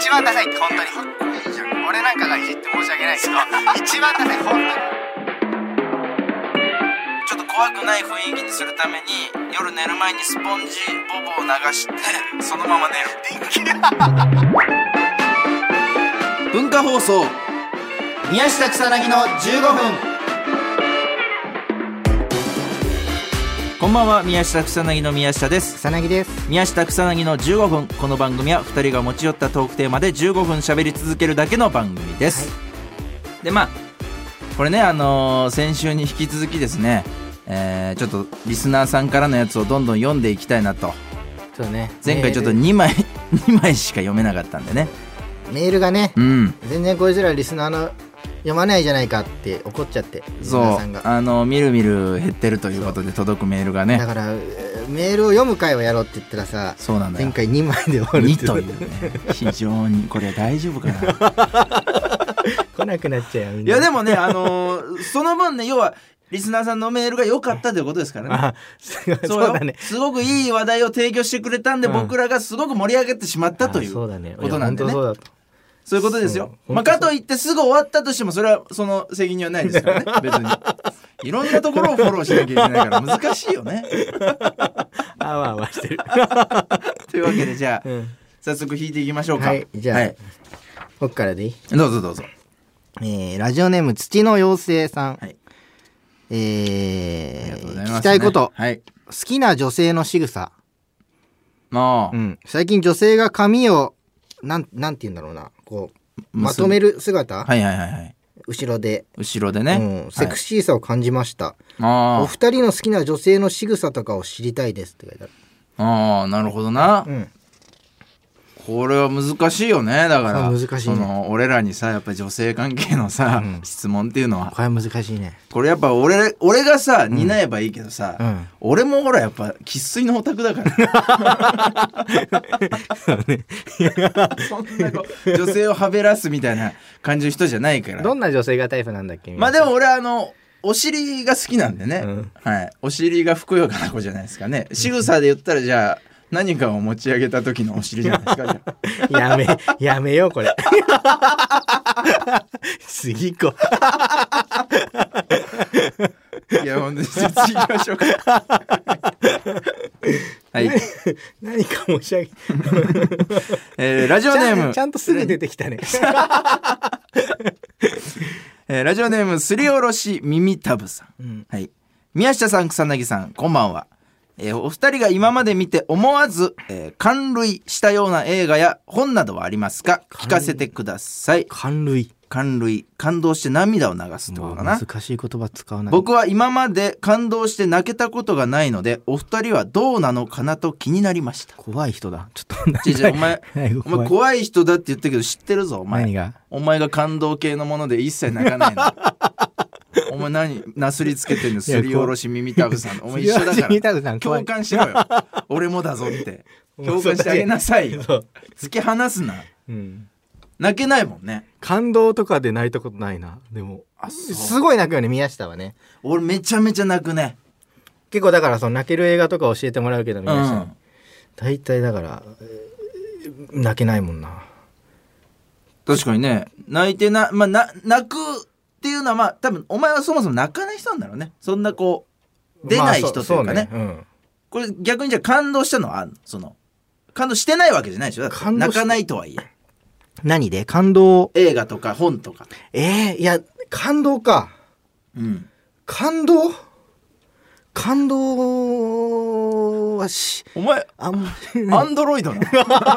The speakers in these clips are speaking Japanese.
一番ダサいって本当に。いいじゃん。俺なんかがいじって申し訳ないけど一番ダサい本当に。 ちょっと怖くない雰囲気にするために夜寝る前にスポンジボボを流してそのまま寝る。文化放送宮下草薙の15分。こんばんは、宮下草薙の宮下です。 草薙です。 宮下草薙の15分。この番組は2人が持ち寄ったトークテーマで15分喋り続けるだけの番組です、はい、でこれね先週に引き続きですね、ちょっとリスナーさんからのやつをどんどん読んでいきたいなと。 そうね、 前回ちょっと2枚しか読めなかったんでね、 メールがね、全然こいつらリスナーの読まないじゃないかって怒っちゃって、 そうみるみる減ってるということで届くメールがね。だからメールを読む会をやろうって言ったらさ、 そうなんだよ、 前回2枚で終わるって 2というね非常にこれ大丈夫かな来なくなっちゃうよみんな。 いやでもねその分ね、要はリスナーさんのメールが良かったということですからね。そうだね、すごくいい話題を提供してくれたんで、僕らがすごく盛り上げてしまったということなんでね。そういうことですよ。かといってすぐ終わったとしてもそれはその責任はないですからね別にいろんなところをフォローしなきゃいけないから難しいよねあわあわしてるというわけでじゃあ、早速引いていきましょうか。 じゃあ、僕からでいい？ どうぞどうぞ。 ラジオネーム土の妖精さん、聞きたいこと、好きな女性の仕草。最近女性が髪をなんて言うんだろうな、こうまとめる姿、後ろでね、セクシーさを感じました。お二人の好きな女性の仕草とかを知りたいですって書いてある。 なるほどな、これは難しいよね。だから難しいね、 俺らにさやっぱり女性関係のさ、質問っていうのはこれ難しいね。 これやっぱ俺がさ担えばいいけどさ、俺もほらやっぱ生粋のオタクだからそんな女性をはべらすみたいな感じの人じゃないから。 どんな女性がタイプなんだっけ？ でも俺お尻が好きなんでね、お尻がふくよかな子じゃないですかね。仕草で言ったらじゃあ何かを持ち上げた時のお尻じゃないですかやめようこれ次行こういやほんとに次行きましょうかはい何か申し上げラジオネームちゃんとすぐ出てきたねラジオネームすりおろし耳たぶさん、宮下さん草薙さんこんばんは。お二人が今まで見て思わず、感涙したような映画や本などはありますか？聞かせてください。感動して涙を流すってことかな。 難しい言葉使うな。 僕は今まで感動して泣けたことがないので、お二人はどうなのかなと気になりました。 怖い人だ。ちょっとお前怖い人だって言ったけど知ってるぞお前。 何が？ お前が感動系のもので一切泣かないのお前何なすりつけてんの？すりおろし耳たぶさん。お前一緒だから共感しろよ俺もだぞって共感してあげなさいよ突き放すな、泣けないもんね。 感動とかで泣いたことないな。でもすごい泣くよね宮下はね。 俺めちゃめちゃ泣くね。 結構だからその泣ける映画とか教えてもらうけど宮下、大体だから泣けないもんな。 確かにね泣いて泣くっていうのは多分お前はそもそも泣かない人なんだろうね。そんなこう出ない人というかね、これ逆にじゃあ感動したのは感動してないわけじゃないでしょ。だって泣かないとはいえ。 何で感動？ 映画とか本とか。 いや感動か。感動はお前アンドロイドな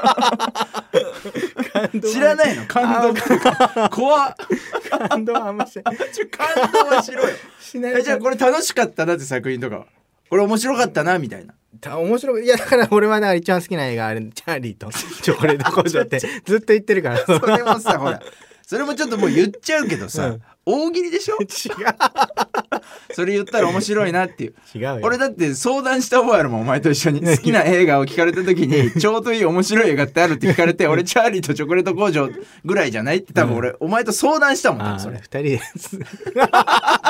知らないの？感動とか怖っ。 感動はあんましない。 感動はしろよしない。じゃあこれ楽しかったなって作品とかこれ面白かったなみたいな。 面白い。いやだから俺はだから一番好きな映画あれチャーリーとチョコレート工場ってずっと言ってるからそれもさほらそれもちょっともう言っちゃうけどさ、大喜利でしょ。違うそれ言ったら面白いなっていう。 違うよ。 俺だって相談した覚えあるもんお前と一緒に。好きな映画を聞かれた時にちょうどいい面白い映画ってあるって聞かれて俺チャーリーとチョコレート工場ぐらいじゃないって多分俺、お前と相談したもん。それ 2人です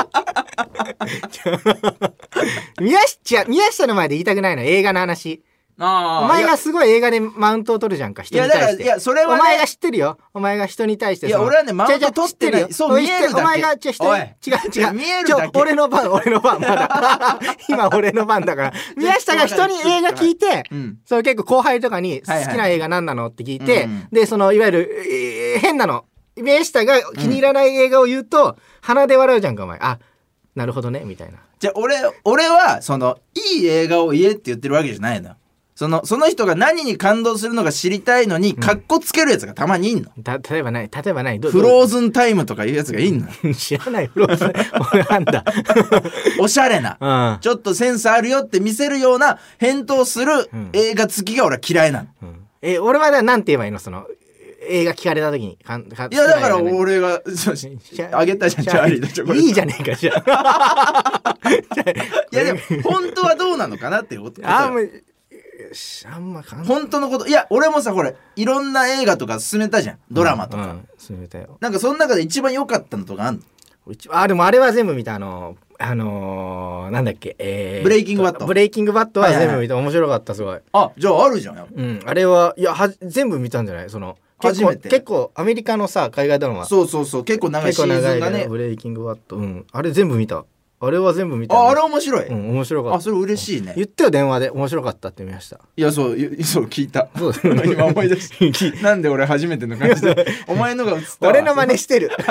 宮下の前で言いたくないの映画の話。 お前がすごい映画でマウントを取るじゃんか、人に対して。いやそれは、ね、お前が知ってるよ、お前が人に対して。 いや俺はねマウント取ってない。そう見えるだけ。 お前が違う見えるだけ。 俺の番まだ今俺の番だから。宮下が人に映画聞いて、その結構後輩とかに好きな映画何なのって聞いて、でそのいわゆる変なの宮下が気に入らない映画を言うと、鼻で笑うじゃんかお前。あ、なるほどねみたいな。 じゃあ俺はそのいい映画を言えって言ってるわけじゃないのよ。その人が何に感動するのか知りたいのにカッコつけるやつがたまにいんの。 例えばないフローズンタイムとかいうやつがいんの。 知らない。フローズン俺なんだおしゃれな、ちょっとセンスあるよって見せるような返答する映画好きが俺は嫌いなの、 俺はなんて言えばいいの、その映画聞かれた時に。いやだから俺があげたじゃん、チャーリーとチョコレート。 いいじゃねえかじゃあいやでも本当はどうなのかなっていうこと。 あんま本当のこと。いや俺もさこれいろんな映画とか進めたじゃん、ドラマとか、 進めたよ。 なんかその中で一番良かったのとかあんの？ でもあれは全部見た。なんだっけ、 ブレイキングバット。 ブレイキングバットは全部見た。面白かった、すごい。 あ、じゃああるじゃん。 あれはいや全部見たんじゃない？その初めて。結構アメリカのさ海外ドラマ。 そう結構長いシーズンがね。 ブレイキングバット、あれ全部見た。あれは全部見た、 ね。あれ面白い。 面白かった。 それ嬉しいね。 言ったよ電話で面白かったって見ました。 いやそう聞いた。そう今思い出しなんで俺初めての感じでお前のが映った。 俺の真似してる。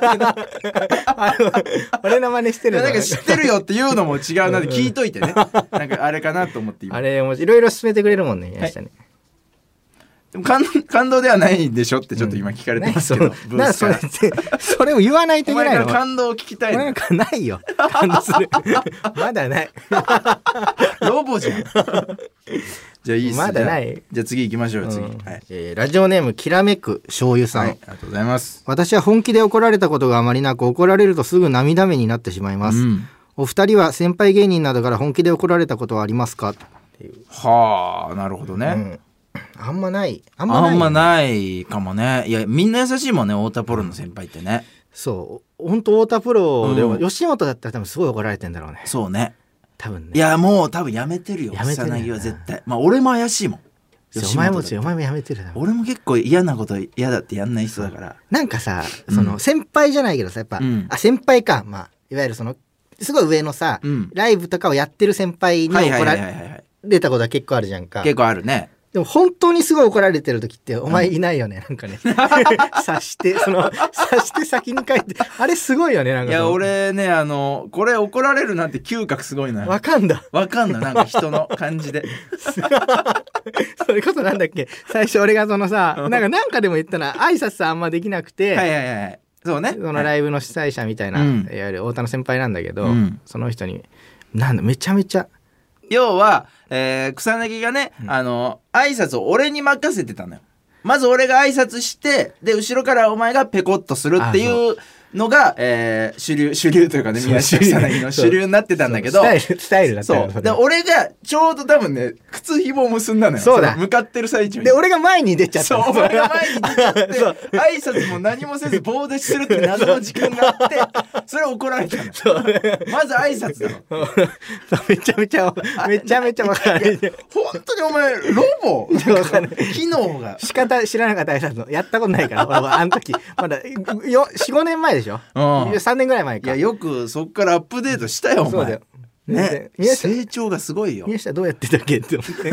俺の真似してる。 なんか知ってるよっていうのも違うなって聞いといてね。なんかあれかなと思って今。 あれいろいろ進めてくれるもんね宮下ね。 でも感動ではないでしょってちょっと今聞かれてますけど、 それを言わないといけないの。 お前の感動を聞きたいの。 なんかないよ。感動するまだない。 ロボじゃん。じゃあいいっす。 まだない。 じゃあ次行きましょう。次、 ラジオネームきらめく醤油さん、 ありがとうございます。 私は本気で怒られたことがあまりなく、怒られるとすぐ涙目になってしまいます、お二人は先輩芸人などから本気で怒られたことはありますかっていう。 はあ、なるほどね、 あんまないかもね。いやみんな優しいもんね、太田プロの先輩ってね。 そう本当太田プロでも、吉本だったら多分すごい怒られてんだろうね。 そうね、 多分ね。 いやもう多分やめてるよ、草薙は絶対。まあ俺も怪しいもん。 お前もやめてる。 俺も結構嫌なこと嫌だってやんない人だから。 なんかさ、その先輩じゃないけどさ、やっぱ、先輩か、まあいわゆるそのすごい上のさ、ライブとかをやってる先輩に怒られたことは結構あるじゃんか。 結構あるね。 でも本当にすごい怒られてる時ってお前いないよね、なんかね察して先に書いて、あれすごいよね。なんかいや俺ねこれ怒られるなんて嗅覚すごいのよ。 わかんだなんか人の感じでそれこそなんだっけ、最初俺がそのさなんかでも言ったな、挨拶あんまできなくて、 そうね、 そのライブの主催者みたいな、いわゆる太田の先輩なんだけど、その人にめちゃめちゃ要は、草薙がね、挨拶を俺に任せてたのよ。まず俺が挨拶して、で後ろからお前がペコッとするっていうのが、主流というかね、宮下草薙の主流になってたんだけど、 スタイルだったよ。 そうで俺がちょうど多分ね靴紐を結んだのよ。 そうだ、 向かってる最中に。 で俺が前に出ちゃった。 そうお前が前に出ちゃって挨拶も何もせず棒立ちするって謎の時間があって、それ怒られたの。まず挨拶だろめちゃめちゃ分からない。 本当にお前ロボ機能が仕方知らなかった。挨拶のやったことないから俺はあの時まだ 4,5 年前でしょ、3年ぐらい前か。 いやよくそっからアップデートしたよお前。 そうだよね、成長がすごいよ。 宮下どうやってたっけって思って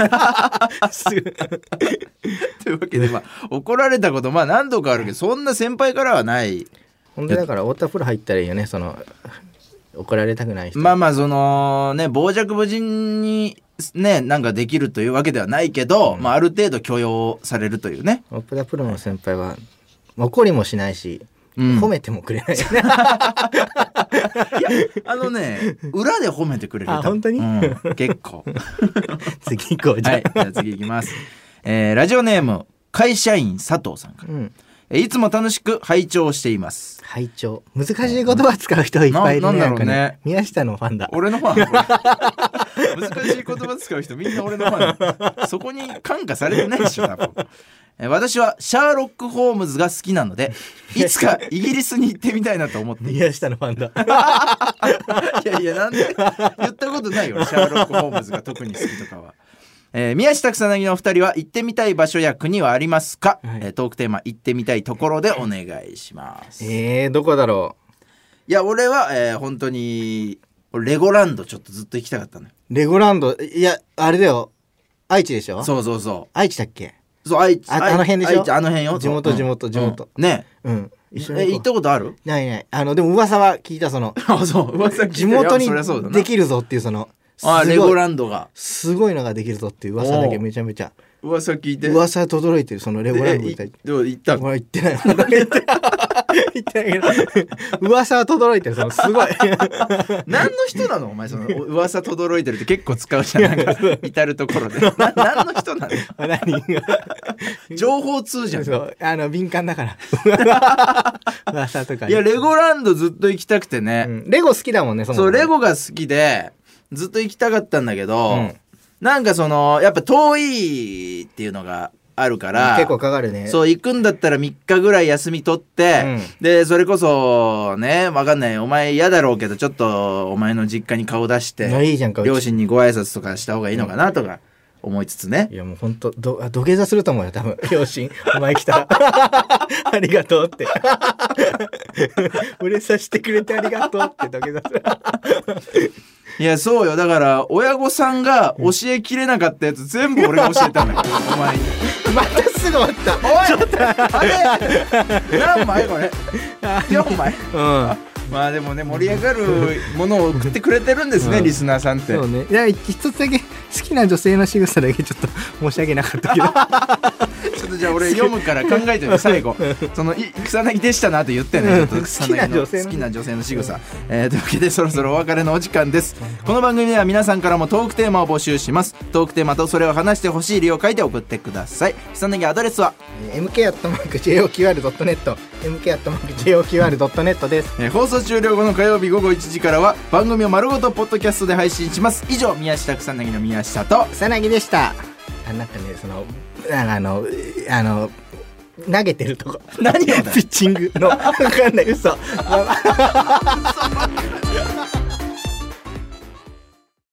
というわけで怒られたこと何度かあるけど、そんな先輩からはない。 本当だから太田プロ入ったらいいよね、その怒られたくない人。 そのね傍若無人にねなんかできるというわけではないけど、ある程度許容されるというね。 太田プロの先輩は怒りもしないし、褒めてもくれないよね。いや裏で褒めてくれる。 本当に、 結構次行こう。じゃあ次行きます。ラジオネーム会社員佐藤さんから、いつも楽しく拝聴しています。 拝聴、難しい言葉使う人いっぱいいるね。 なんだろうね。 宮下のファンだ。 俺のファン難しい言葉使う人みんな俺のファンそこに感化されてないでしょ多分。私はシャーロック・ホームズが好きなので、いつかイギリスに行ってみたいなと思って。 宮下のファンだ。 いやなんで言ったことないよシャーロック・ホームズが特に好きとかは。 宮下草薙のお二人は行ってみたい場所や国はありますか、トークテーマ行ってみたいところでお願いします。 どこだろう。 いや俺は、本当にレゴランドちょっとずっと行きたかったのよ。 レゴランド、いやあれだよ、愛知でしょ。 そうそうそう、 愛知だっけ。 そう愛知、 あの辺でしょ。 あの辺よ。 地元、 ね。 一緒に行ったことある？ ない。でも噂は聞いた、 そう噂聞いた。 地元にできるぞっていうレゴランドがすごいのができるぞっていう噂だけめちゃめちゃ噂聞いて、 噂と驚いてる。そのレゴランドみたいに。 どう行ったの？ 俺行ってない。言ってないけど噂は轟いてる。すごい何の人なのお前。その噂轟いてるって結構使うじゃん、なんか至るところで。何の人なの？情報通じゃん。 そう敏感だから噂とか。 いやレゴランドずっと行きたくてね、 レゴ好きだもんね。 そうレゴが好きでずっと行きたかったんだけど、なんかやっぱ遠いっていうのがあるから結構かかるね。 そう行くんだったら3日ぐらい休み取って、でそれこそね、わかんない、お前嫌だろうけどちょっとお前の実家に顔出していいじゃんか、 両親にご挨拶とかした方がいいのかなとか思いつつね。 いやもうほんと土下座すると思うよ多分、両親お前来たらありがとうって俺さしてくれてありがとうって土下座するいやそうよ、だから親御さんが教えきれなかったやつ全部俺が教えたのよお前に。 またすぐ終わった。 おいちょっとあれ何枚これ4枚まあでもね、盛り上がるものを送ってくれてるんですね、リスナーさんって。 そうね。いや一つだけ好きな女性の仕草だけちょっと申し訳なかったけどちょっとじゃあ俺読むから考えてみ最後草薙でしたなと言ってね、草薙の好きな女性の仕草、というわけでそろそろお別れのお時間です。この番組では皆さんからもトークテーマを募集します。トークテーマとそれを話してほしい理由を書いて送ってください。草薙アドレスは mk@joqr.net mk@joqr.net です。 放送終了後の火曜日午後1時からは番組を丸ごとポッドキャストで配信します。以上、宮下草薙の宮下と草薙でした。なんかね、投げてるとこ何をだよピッチングの分かんない嘘